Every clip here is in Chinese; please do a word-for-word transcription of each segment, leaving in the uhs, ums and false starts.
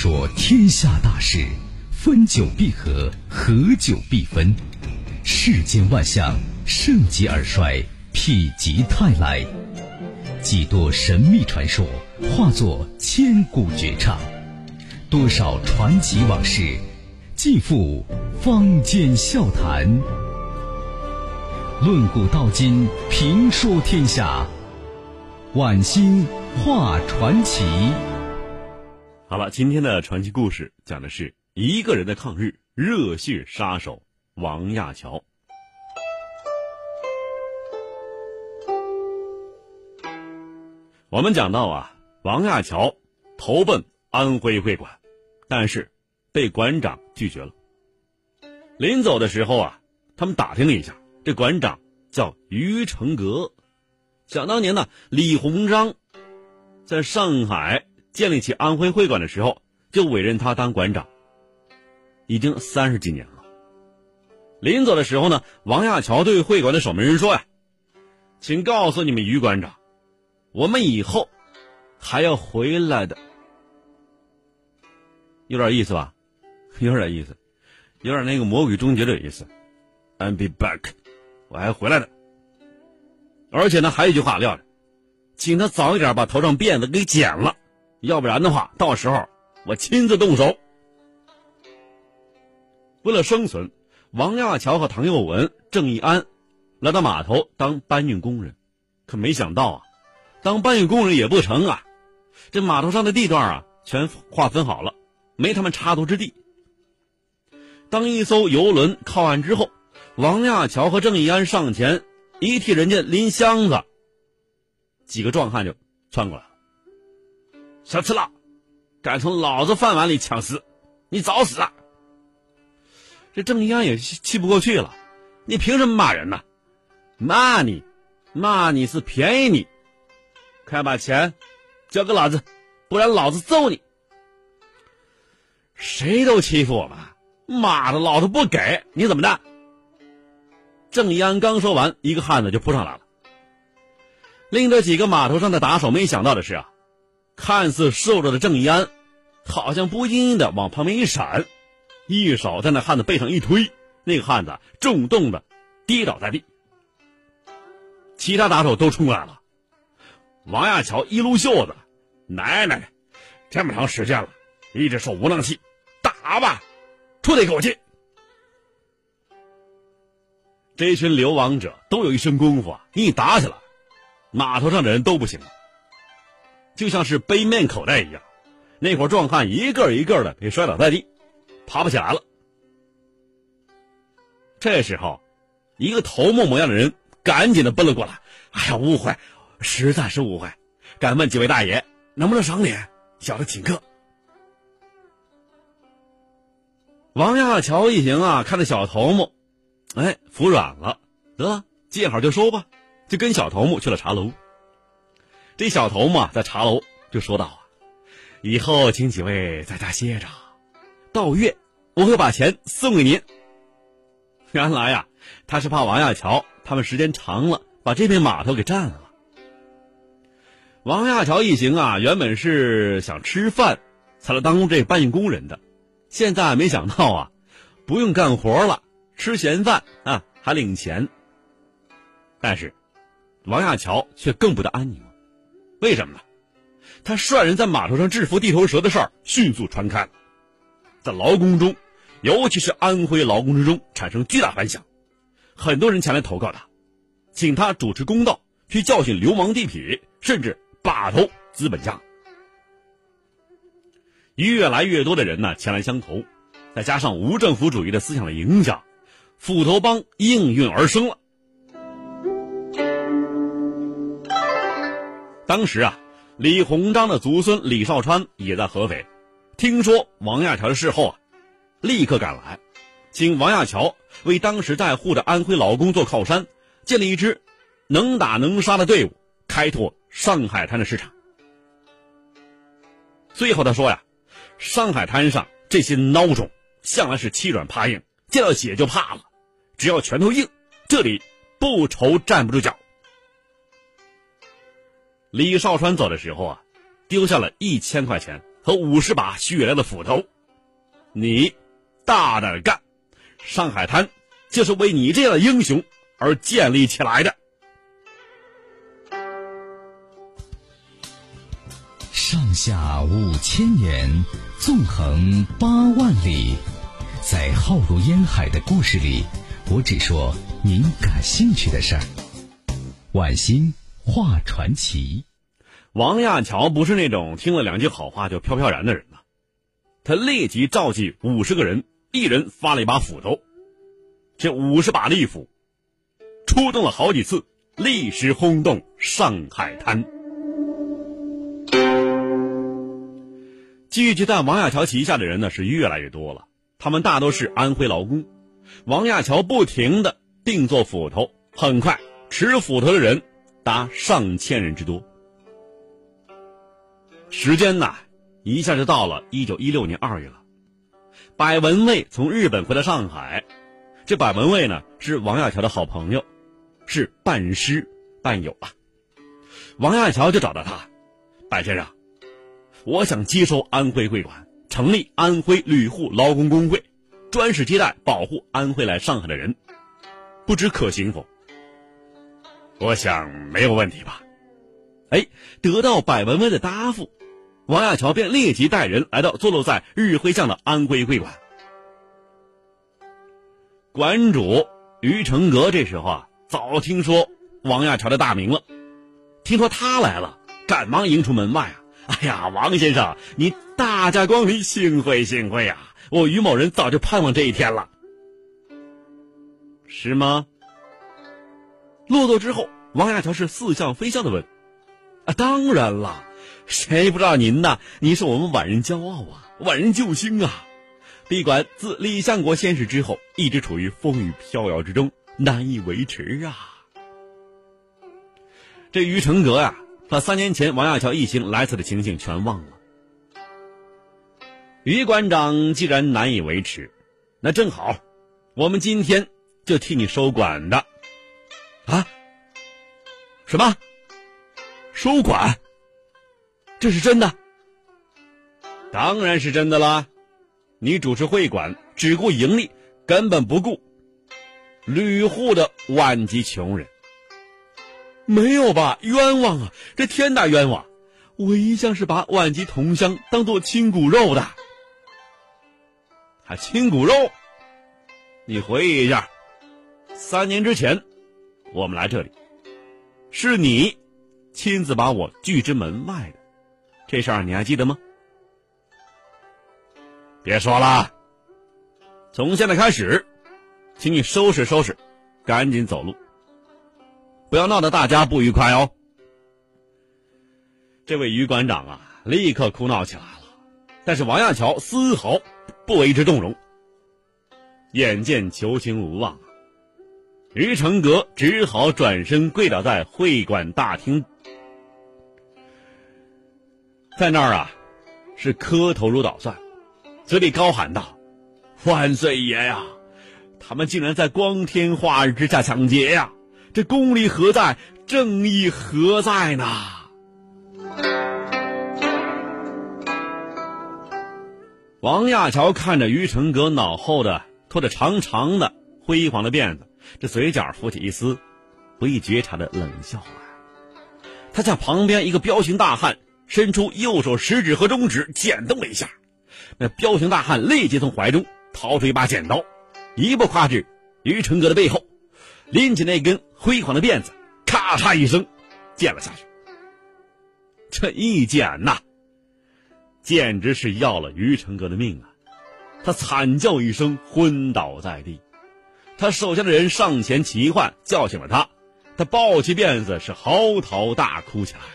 说天下大事，分久必合，合久必分。世间万象，盛极而衰，否极泰来。几多神秘传说化作千古绝唱，多少传奇往事尽付坊间笑谈。论古道今，评说天下，晚星话传奇。 好了，今天的传奇故事讲的是一个人的抗日热血杀手王亚樵。我们讲到啊，王亚樵投奔安徽会馆，但是被馆长拒绝了。临走的时候啊，他们打听了一下，这馆长叫于成阁。想当年呢，李鸿章在上海建立起安徽会馆的时候，就委任他当馆长，已经三十几年了。临走的时候呢，王亚樵对会馆的守门人说呀：“请告诉你们于馆长，我们以后还要回来的。”有点意思吧？有点意思，有点那个魔鬼终结者的意思。I'll be back， 我还回来的。而且呢，还有一句话撂着，请他早一点把头上辫子给剪了，要不然的话，到时候我亲自动手。为了生存，王亚樵和唐幼文、郑义安来到码头当搬运工人。可没想到啊，当搬运工人也不成啊，这码头上的地段啊全划分好了，没他们插足之地。当一艘游轮靠岸之后，王亚樵和郑义安上前一替人家拎箱子，几个壮汉就窜过来了。小次郎，敢从老子饭碗里抢食，你找死啊！这郑义安也气不过去了，你凭什么骂人呢？骂你，骂你是便宜你，快把钱交给老子，不然老子揍你！谁都欺负我们，妈的，老子不给你怎么的？郑义安刚说完，一个汉子就扑上来了。另这几个码头上的打手没想到的是啊，看似瘦弱的郑义安好像不经意的往旁边一闪，一手在那汉子背上一推，那个汉子重重的跌倒在地。其他打手都冲过来了。王亚樵一撸袖子：“奶奶，这么长时间了，一直手无能气，打吧，出得一口气。”这一群流亡者都有一身功夫啊，一打起来，码头上的人都不行了，就像是背面口袋一样，那伙壮汉一个一个的被摔倒在地，爬不起来了。这时候，一个头目模样的人赶紧的奔了过来：“哎呀，误会，实在是误会，敢问几位大爷能不能赏脸，小的请客。”王亚樵一行啊，看着小头目，哎，服软了，得了，见好就收吧，就跟小头目去了茶楼。这小头目啊，在茶楼就说道啊：“以后请几位在家歇着，到月我会把钱送给您。”原来呀、啊，他是怕王亚樵他们时间长了，把这片码头给占了。王亚樵一行啊，原本是想吃饭才来当这搬运工人的，现在没想到啊，不用干活了，吃闲饭啊，还领钱。但是王亚樵却更不得安宁了。为什么呢？他率人在码头上制服地头蛇的事儿迅速传开了，在劳工中，尤其是安徽劳工之中产生巨大反响。很多人前来投靠他，请他主持公道，去教训流氓地痞，甚至把头资本家。越来越多的人呢前来相投，再加上无政府主义的思想的影响，斧头帮应运而生了。当时啊，李鸿章的族孙李绍川也在合肥，听说王亚樵的事后啊，立刻赶来，请王亚樵为当时在沪的安徽劳工做靠山，建立一支能打能杀的队伍，开拓上海滩的市场。最后他说呀，上海滩上这些孬种向来是欺软怕硬，见到血就怕了，只要拳头硬，这里不愁站不住脚。李绍川走的时候啊，丢下了一千块钱和五十把血亮的斧头。你大胆干，上海滩就是为你这样的英雄而建立起来的。 上下五千年，纵横八万里，在浩如烟海的故事里，我只说您感兴趣的事儿。晚星话传奇。 王亚樵不是那种听了两句好话就飘飘然的人了，他立即召集五十个人，一人发了一把斧头。这五十把利斧出动了好几次，立时轰动上海滩。聚集在王亚樵旗下的人呢是越来越多了，他们大都是安徽劳工。王亚樵不停地定做斧头，很快持斧头的人达上千人之多。时间呢一下就到了一九一六年二月了。百文蔚从日本回到上海，这百文蔚呢是王亚樵的好朋友，是半师半友啊。王亚樵就找到他，百先生，我想接收安徽会馆，成立安徽旅沪劳工工会，专事接待保护安徽来上海的人，不知可行否？我想没有问题吧。哎，得到百文蔚的答复，王亚樵便立即带人来到坐落在日晖巷的安徽会馆。馆主于成阁这时候啊，早听说王亚樵的大名了，听说他来了，赶忙迎出门外啊。哎呀，王先生，你大驾光临，幸会幸会啊！我于某人早就盼望这一天了。是吗？落座之后，王亚樵是似笑非笑地问：啊，当然了，谁不知道您呢？您是我们皖人骄傲啊，皖人救星啊！闭馆自李相国先逝之后，一直处于风雨飘摇之中，难以维持啊。这于成阁呀、啊，把三年前王亚樵一行来此的情形全忘了。于馆长既然难以维持，那正好，我们今天就替你收馆的。啊？什么？收馆？这是真的？当然是真的啦！你主持会馆，只顾盈利，根本不顾旅沪的万级穷人。没有吧，冤枉啊，这天大冤枉！我一向是把皖籍同乡当作亲骨肉的。还亲骨肉？你回忆一下，三年之前我们来这里，是你亲自把我拒之门外的，这事儿你还记得吗？别说了，从现在开始请你收拾收拾，赶紧走路，不要闹得大家不愉快哦。这位于馆长啊，立刻哭闹起来了，但是王亚樵丝毫不为之动容。眼见求情无望，于成阁只好转身跪倒在会馆大厅，在那儿啊是磕头如捣蒜，嘴里高喊道：万岁爷呀，他们竟然在光天化日之下抢劫呀，这公理何在，正义何在呢？王亚樵看着于成阁脑后的拖着长长的辉煌的辫子，这嘴角浮起一丝不易觉察的冷笑来。他向旁边一个彪形大汉伸出右手食指和中指剪动了一下，那彪形大汉立即从怀中掏出一把剪刀，一步跨至于成阁的背后，拎起那根辉煌的辫子，咔嚓一声剪了下去。这一剪呐，简直是要了于成阁的命啊！他惨叫一声，昏倒在地。他手下的人上前齐唤，叫醒了他。他抱起辫子，是嚎啕大哭起来。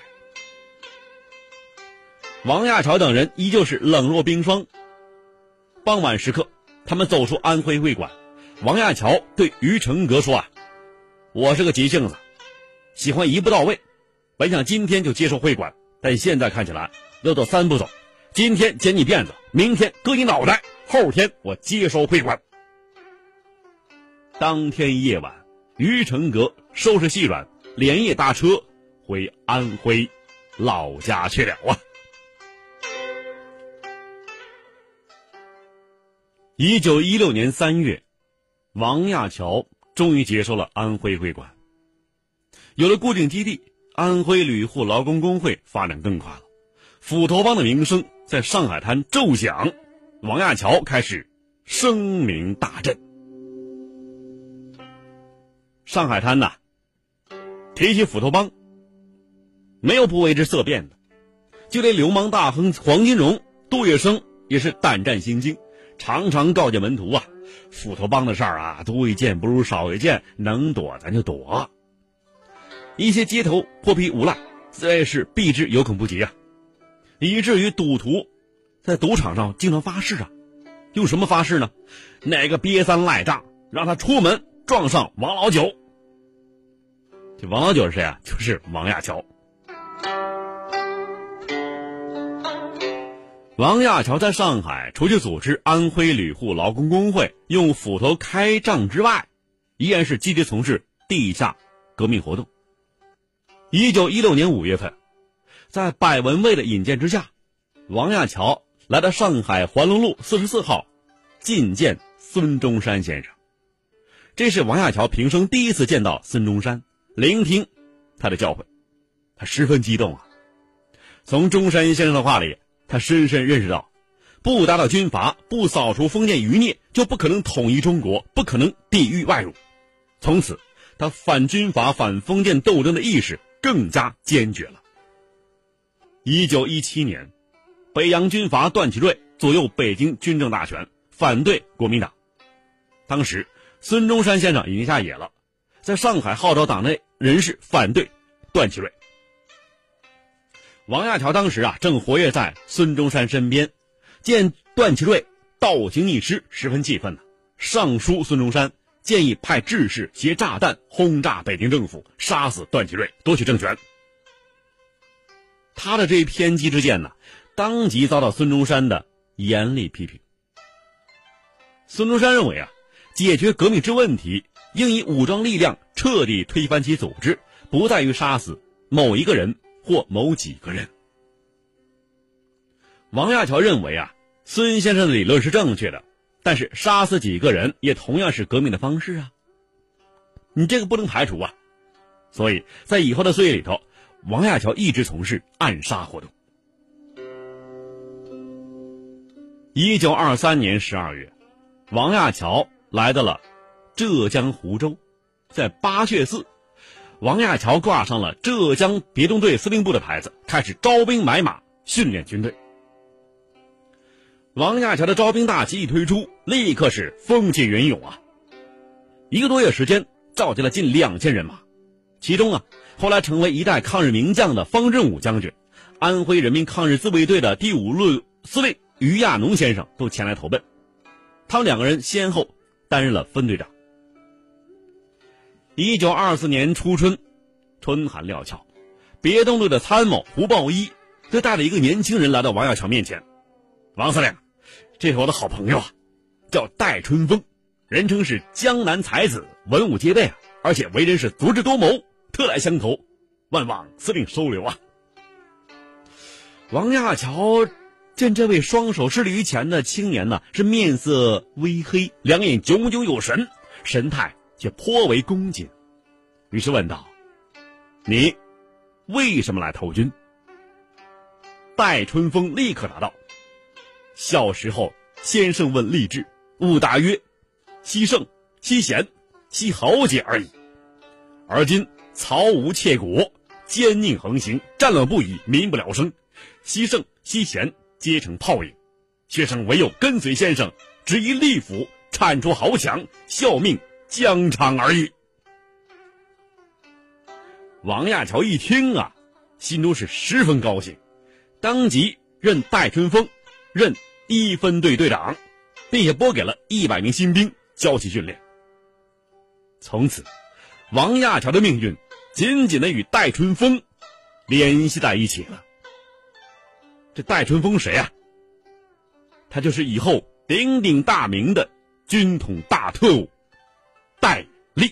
王亚樵等人依旧是冷若冰霜。傍晚时刻，他们走出安徽会馆。王亚樵对于成阁说啊：我是个急性子，喜欢一步到位，本想今天就接受会馆，但现在看起来要走三步走。今天剪你辫子，明天割你脑袋，后天我接收会馆。当天夜晚，于成阁收拾细软，连夜搭车回安徽老家去了啊。 一九一六年三月，王亚樵终于接收了安徽会馆。有了固定基地，安徽旅户劳工工会发展更快了，斧头帮的名声在上海滩骤响，王亚樵开始声名大振。上海滩呐，提起斧头帮，没有不为之色变的，就连流氓大亨黄金荣、杜月笙也是胆战心惊，常常告诫门徒啊，斧头帮的事儿啊，多一件不如少一件，能躲咱就躲。一些街头泼皮无赖自然是避之有恐不及啊，以至于赌徒在赌场上经常发誓啊，用什么发誓呢？哪个瘪三赖账，让他出门撞上王老九。这王老九是谁啊？就是王亚樵。王亚樵在上海除去组织安徽旅户劳工工会用斧头开仗之外，依然是积极从事地下革命活动。一九一六年五月份，在百文蔚的引荐之下，王亚樵来到上海环龙路四十四号觐见孙中山先生。这是王亚樵平生第一次见到孙中山，聆听他的教诲，他十分激动啊。从中山先生的话里，他深深认识到，不打倒军阀，不扫除封建余孽，就不可能统一中国，不可能抵御外辱。从此，他反军阀、反封建斗争的意识更加坚决了。一九一七年，北洋军阀段祺瑞左右北京军政大权，反对国民党。当时孙中山先生已经下野了，在上海号召党内人士反对段祺瑞。王亚樵当时啊正活跃在孙中山身边，见段祺瑞倒行逆施，十分气愤呢，上书孙中山，建议派志士携炸弹轰炸北京政府，杀死段祺瑞，夺取政权。他的这一偏激之见呢，当即遭到孙中山的严厉批评。孙中山认为啊，解决革命之问题，应以武装力量彻底推翻其组织，不在于杀死某一个人或某几个人。王亚樵认为啊，孙先生的理论是正确的，但是杀死几个人也同样是革命的方式啊，你这个不能排除啊。所以在以后的岁月里头，王亚樵一直从事暗杀活动。一九二三年十二月，王亚樵来到了浙江湖州，在八穴寺，王亚樵挂上了浙江别动队司令部的牌子，开始招兵买马，训练军队。王亚樵的招兵大旗一推出，立刻是风起云涌啊！一个多月时间，召集了近两千人马，其中啊，后来成为一代抗日名将的方振武将军、安徽人民抗日自卫队的第五路司令于亚农先生都前来投奔，他们两个人先后担任了分队长。一九二四年初春，春寒料峭，别动队的参谋胡豹一就带着一个年轻人来到王亚樵面前。王司令，这是我的好朋友啊，叫戴春风，人称是江南才子，文武皆备啊，而且为人是足智多谋，特来相投，万望司令收留啊。王亚樵见这位双手施立于前的青年呢，是面色微黑，两眼炯炯有神，神态却颇为恭谨，于是问道：你为什么来投军？戴春风立刻答道：小时候先生问立志，吾答曰：惜胜惜贤惜豪杰而已。而今曹吴窃国，奸佞横行，战乱不已，民不聊生，惜胜惜贤皆成泡影，学生唯有跟随先生，执一力斧，铲除豪强，效命疆场而已。王亚樵一听啊，心中是十分高兴，当即任戴春风任一分队队长，并且拨给了一百名新兵教其训练。从此，王亚樵的命运紧紧地与戴春风联系在一起了。这戴春风谁啊？他就是以后鼎鼎大名的军统大特务戴笠。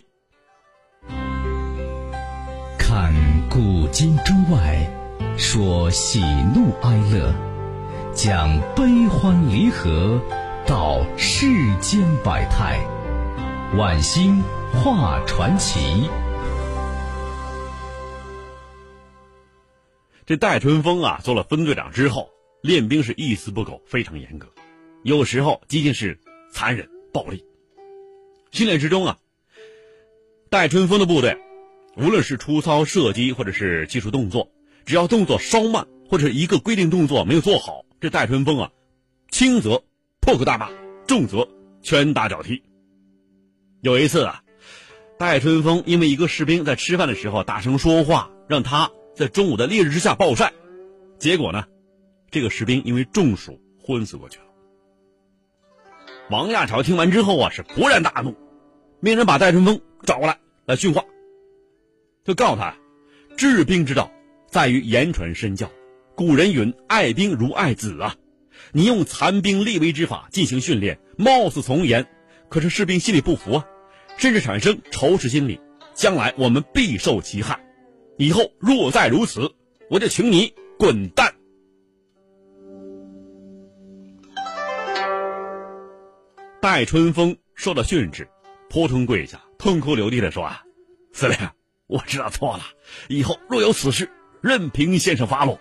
看古今中外，说喜怒哀乐，讲悲欢离合， 道世间百态，晚星画传奇。 这戴春风啊，做了分队长之后，练兵是一丝不苟，非常严格，有时候几近是残忍暴力。训练之中啊，戴春风的部队无论是出操射击或者是技术动作，只要动作稍慢或者一个规定动作没有做好，这戴春风啊，轻则破口大骂，重则拳打脚踢。有一次啊，戴春风因为一个士兵在吃饭的时候大声说话，让他在中午的烈日之下暴晒，结果呢，这个士兵因为中暑昏死过去了。王亚樵听完之后啊，是勃然大怒，命人把戴春风找过来来训话，就告诉他，治兵之道在于言传身教，古人云爱兵如爱子啊，你用残兵立威之法进行训练，貌似从严，可是士兵心里不服啊，甚至产生仇视心理，将来我们必受其害，以后若再如此，我就请你滚蛋。戴春风受到训斥，扑通跪下，痛哭流涕地说啊，司令，我知道错了，以后若有此事，任凭先生发落。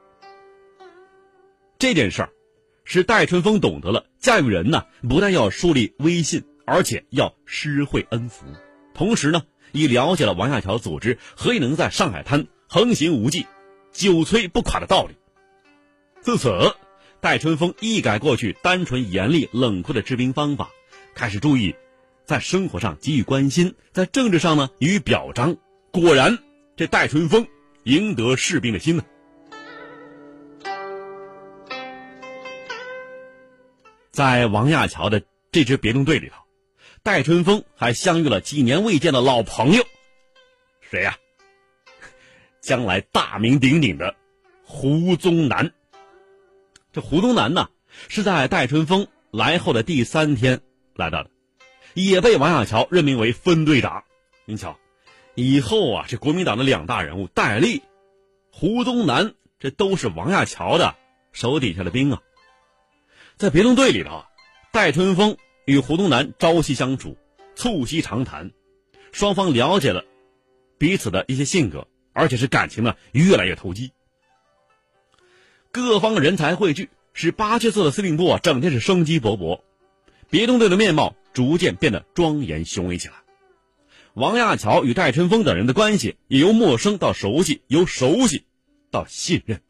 这件事儿使戴春风懂得了驾驭人呢，不但要树立威信，而且要施惠恩福，同时呢，也了解了王亚樵组织何以能在上海滩横行无忌、久摧不垮的道理。自此，戴春风一改过去单纯严厉冷酷的治兵方法，开始注意在生活上给予关心，在政治上呢予以表彰。果然，这戴春风赢得士兵的心呢。在王亚樵的这支别动队里头，戴春风还相遇了几年未见的老朋友，谁呀、啊？将来大名鼎鼎的胡宗南。这胡宗南呢，是在戴春风来后的第三天来到的，也被王亚樵任命为分队长。您瞧，以后啊，这国民党的两大人物戴笠、胡宗南，这都是王亚樵的手底下的兵啊。在别动队里头，戴春风与胡宗南朝夕相处，促膝长谈，双方了解了彼此的一些性格，而且是感情呢越来越投机。各方人才汇聚，使八七四的司令部啊整天是生机勃勃，别动队的面貌逐渐变得庄严雄伟起来。王亚樵与戴春风等人的关系也由陌生到熟悉，由熟悉到信任。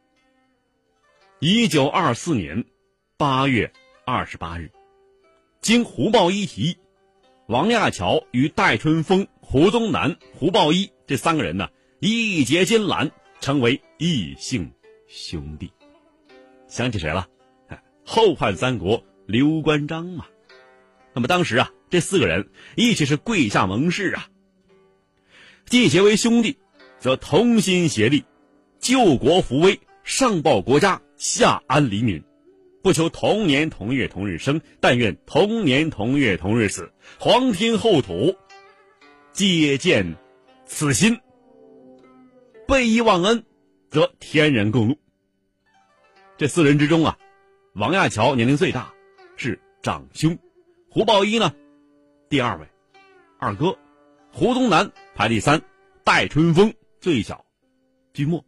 一九二四年八月二十八日，经胡豹一提，王亚樵与戴春风、胡宗南、胡豹一这三个人呢，义结金兰，成为异姓兄弟。想起谁了？后汉三国刘关张嘛。那么当时啊，这四个人一起是跪下盟誓啊，既结为兄弟，则同心协力，救国扶危，上报国家，下安黎民，不求同年同月同日生，但愿同年同月同日死，皇天厚土皆见此心，背义忘恩，则天人共怒。这四人之中啊，王亚樵年龄最大，是长兄，胡豹一呢第二位，二哥，胡宗南排第三，戴春风最小，居末。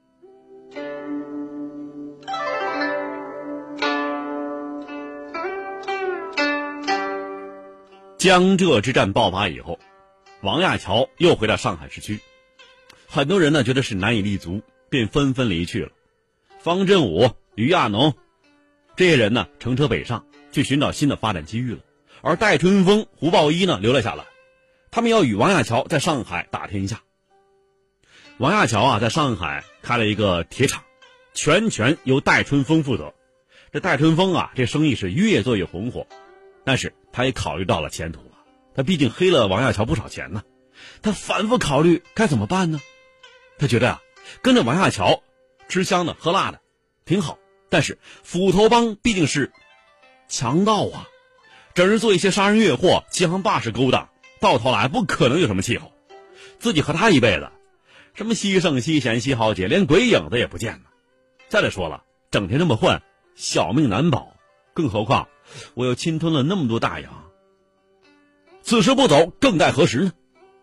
江浙之战爆发以后，王亚樵又回到上海市区，很多人呢觉得是难以立足，便纷纷离去了。方振武、于亚农这些人呢乘车北上，去寻找新的发展机遇了。而戴春风、胡豹一呢留了下来，他们要与王亚樵在上海打天下。王亚樵啊在上海开了一个铁厂，全权由戴春风负责。这戴春风啊这生意是越做越红火，但是他也考虑到了前途了，他毕竟黑了王亚樵不少钱呢。他反复考虑该怎么办呢？他觉得啊跟着王亚樵吃香的喝辣的挺好，但是斧头帮毕竟是强盗啊，整日做一些杀人越货、欺行霸市勾当，到头来不可能有什么气候。自己和他一辈子，什么西圣西贤西豪杰，连鬼影子也不见了。再来说了，整天这么混，小命难保。更何况我又侵吞了那么多大洋，此时不走，更待何时呢？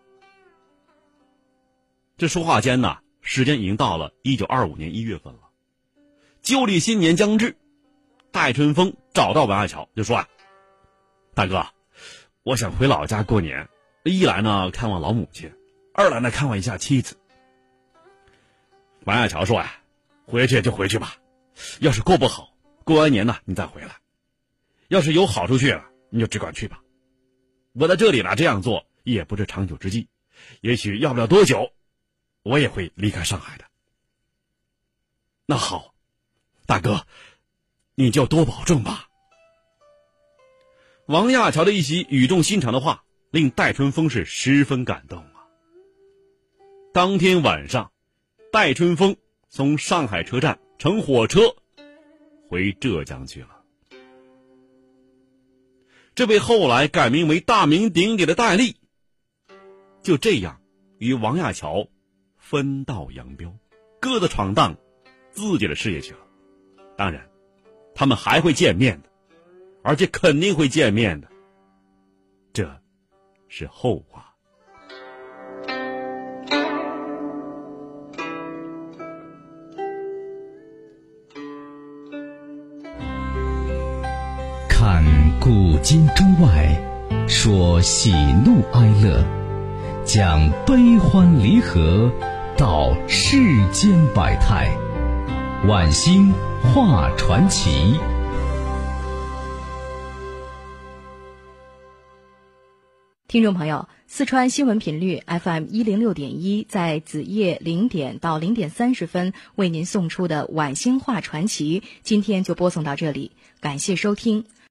这说话间呢，时间已经到了一九二五年一月份了。旧历新年将至，戴春风找到王亚樵就说啊：“大哥，我想回老家过年，一来呢看望老母亲，二来呢看望一下妻子。”王亚樵说啊：“回去就回去吧，要是过不好，过完年呢你再回来。要是有好处去了，你就只管去吧。我在这里呢这样做也不是长久之计，也许要不了多久，我也会离开上海的。”那好，大哥，你就多保重吧。王亚樵的一席语重心长的话，令戴春风是十分感动啊。当天晚上，戴春风从上海车站乘火车回浙江去了。这位后来改名为大名鼎鼎的戴笠，就这样与王亚樵分道扬镳，各自闯荡自己的事业去了。当然，他们还会见面的，而且肯定会见面的，这是后话。 看古今中外，说喜怒哀乐，讲悲欢离合，道世间百态，晚星画传奇。 听众朋友，四川新闻频率 F M 一零六点一在子夜零点到零点三十分为您送出的晚星画传奇，今天就播送到这里，感谢收听。